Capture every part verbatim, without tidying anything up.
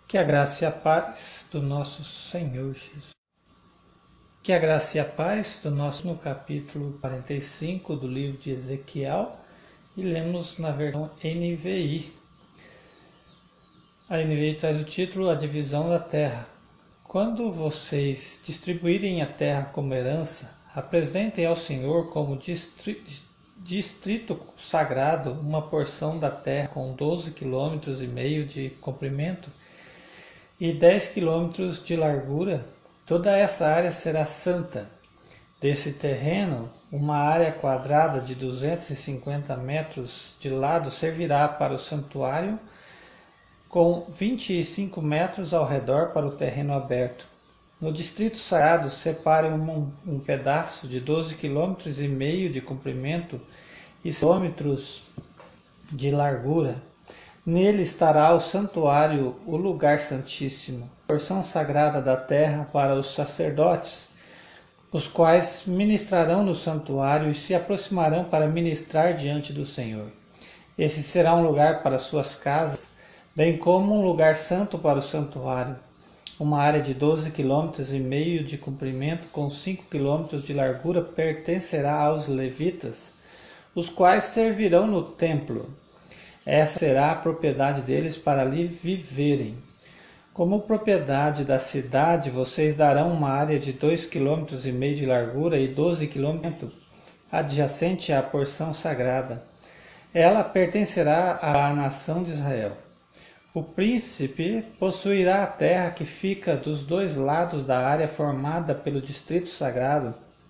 Que a graça e a paz do nosso Senhor Jesus. Que a graça e a paz do nosso no capítulo quarenta e cinco do livro de Ezequiel, e lemos na versão N V I. A N V I traz o título A Divisão da Terra. Quando vocês distribuírem a terra como herança, apresentem ao Senhor como distrito, distrito sagrado uma porção da terra com doze quilômetros e meio de comprimento e dez quilômetros de largura. Toda essa área será santa. Desse terreno, uma área quadrada de duzentos e cinquenta metros de lado servirá para o santuário, com vinte e cinco metros ao redor para o terreno aberto. No distrito sagrado, separe um, um pedaço de doze quilômetros e meio de comprimento e quilômetros de largura. Nele estará o santuário, o lugar santíssimo, a porção sagrada da terra para os sacerdotes, os quais ministrarão no santuário e se aproximarão para ministrar diante do Senhor. Esse será um lugar para suas casas, bem como um lugar santo para o santuário. Uma área de doze quilômetros e meio de comprimento com cinco quilômetros de largura pertencerá aos levitas, os quais servirão no templo. Essa será a propriedade deles para ali viverem. Como propriedade da cidade, vocês darão uma área de dois quilômetros e meio de largura e doze quilômetros adjacente à porção sagrada. Ela pertencerá à nação de Israel. O príncipe possuirá a terra que fica dos dois lados da área formada pelo distrito sagrado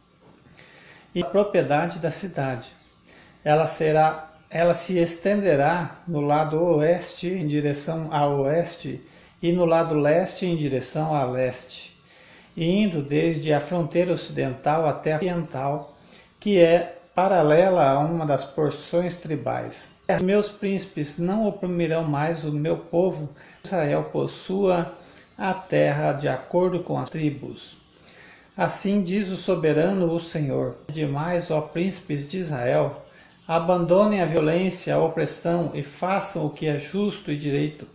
e a propriedade da cidade. Ela será Ela se estenderá no lado oeste em direção a oeste e no lado leste em direção a leste, indo desde a fronteira ocidental até a oriental, que é paralela a uma das porções tribais. Os meus príncipes não oprimirão mais o meu povo. Israel possua a terra de acordo com as tribos. Assim diz o soberano, o Senhor. Demais, ó príncipes de Israel, abandonem a violência, a opressão e façam o que é justo e direito.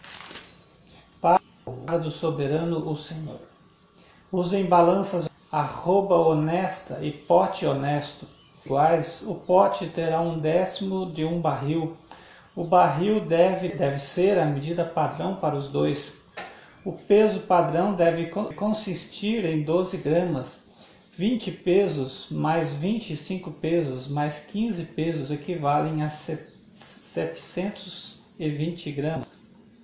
Palavra do soberano, o Senhor. Usem balanças, arroba honesta e pote honesto. Iguais, o pote terá um décimo de um barril. O barril deve, deve ser a medida padrão para os dois. O peso padrão deve consistir em doze gramas. vinte pesos mais vinte e cinco pesos mais quinze pesos equivalem a setecentos e vinte gramas.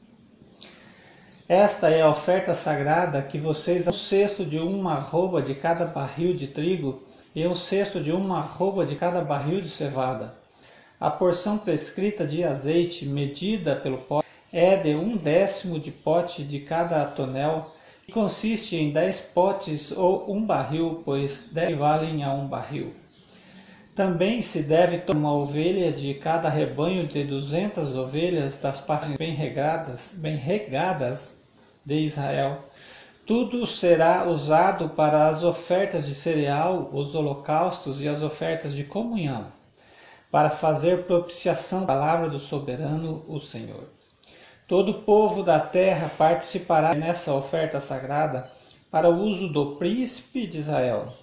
Esta é a oferta sagrada que vocês dão um cesto de uma arroba de cada barril de trigo e um cesto de uma arroba de cada barril de cevada. A porção prescrita de azeite, medida pelo pote, é de um décimo de pote de cada tonel, que consiste em dez potes ou um barril, pois equivalem a um barril. Também se deve tomar uma ovelha de cada rebanho de duzentas ovelhas das pastagens bem regadas, bem regadas de Israel. Tudo será usado para as ofertas de cereal, os holocaustos e as ofertas de comunhão, para fazer propiciação da palavra do soberano, o Senhor. Todo o povo da terra participará nessa oferta sagrada para o uso do príncipe de Israel.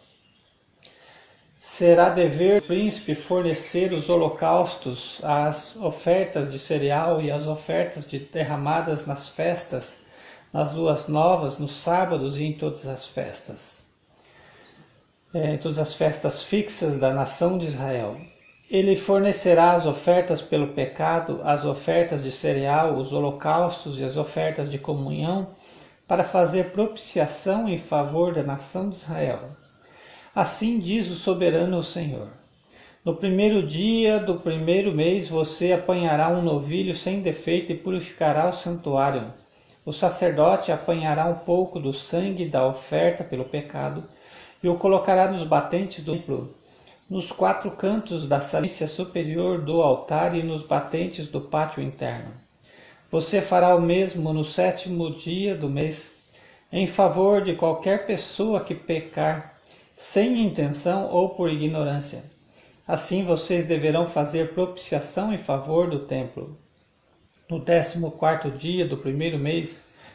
Será dever do príncipe fornecer os holocaustos, as ofertas de cereal e as ofertas de derramadas nas festas, nas luas novas, nos sábados e em todas as festas. É, em todas as festas fixas da nação de Israel. Ele fornecerá as ofertas pelo pecado, as ofertas de cereal, os holocaustos e as ofertas de comunhão para fazer propiciação em favor da nação de Israel. Assim diz o soberano o Senhor. No primeiro dia do primeiro mês você apanhará um novilho sem defeito e purificará o santuário. O sacerdote apanhará um pouco do sangue da oferta pelo pecado e o colocará nos batentes do templo, nos quatro cantos da salícia superior do altar e nos batentes do pátio interno. Você fará o mesmo no sétimo dia do mês, em favor de qualquer pessoa que pecar, sem intenção ou por ignorância. Assim vocês deverão fazer propiciação em favor do templo. No décimo quarto dia do primeiro mês,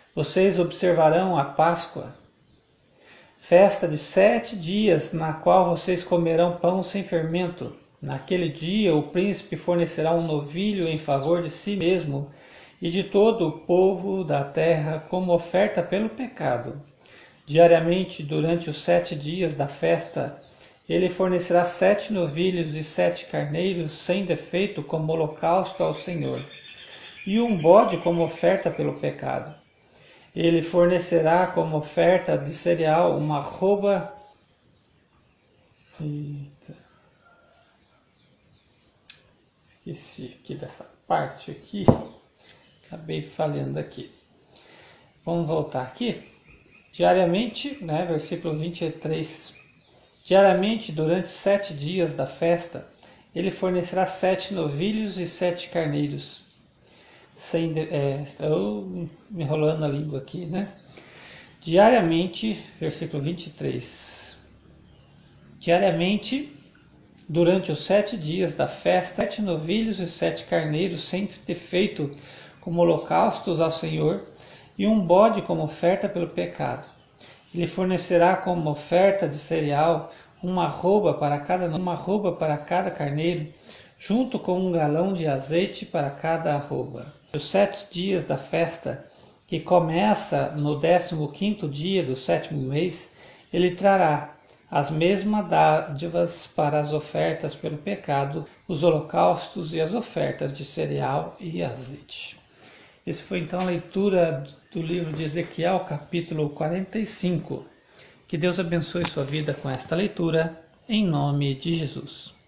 Vocês observarão a Páscoa, festa de sete dias, na qual vocês comerão pão sem fermento. Naquele dia o príncipe fornecerá um novilho em favor de si mesmo e de todo o povo da terra como oferta pelo pecado. Diariamente, durante os sete dias da festa, ele fornecerá sete novilhos e sete carneiros sem defeito como holocausto ao Senhor, e um bode como oferta pelo pecado. Ele fornecerá como oferta de cereal uma arroba... Eita. Esqueci aqui dessa parte aqui. Acabei falhando aqui. Vamos voltar aqui. Diariamente, né, versículo vinte e três. Diariamente, durante sete dias da festa, ele fornecerá sete novilhos e sete carneiros. Sem de, é, estou me enrolando a língua aqui, né? Diariamente, versículo vinte e três. Diariamente, durante os sete dias da festa, sete novilhos e sete carneiros sem defeito como holocaustos ao Senhor, e um bode como oferta pelo pecado. Ele fornecerá como oferta de cereal uma arroba para cada, uma arroba para cada carneiro, junto com um galão de azeite para cada arroba. Os sete dias da festa, que começa no décimo quinto dia do sétimo mês, ele trará as mesmas dádivas para as ofertas pelo pecado, os holocaustos e as ofertas de cereal e azeite. Essa foi então a leitura do livro de Ezequiel, capítulo quarenta e cinco. Que Deus abençoe sua vida com esta leitura, em nome de Jesus.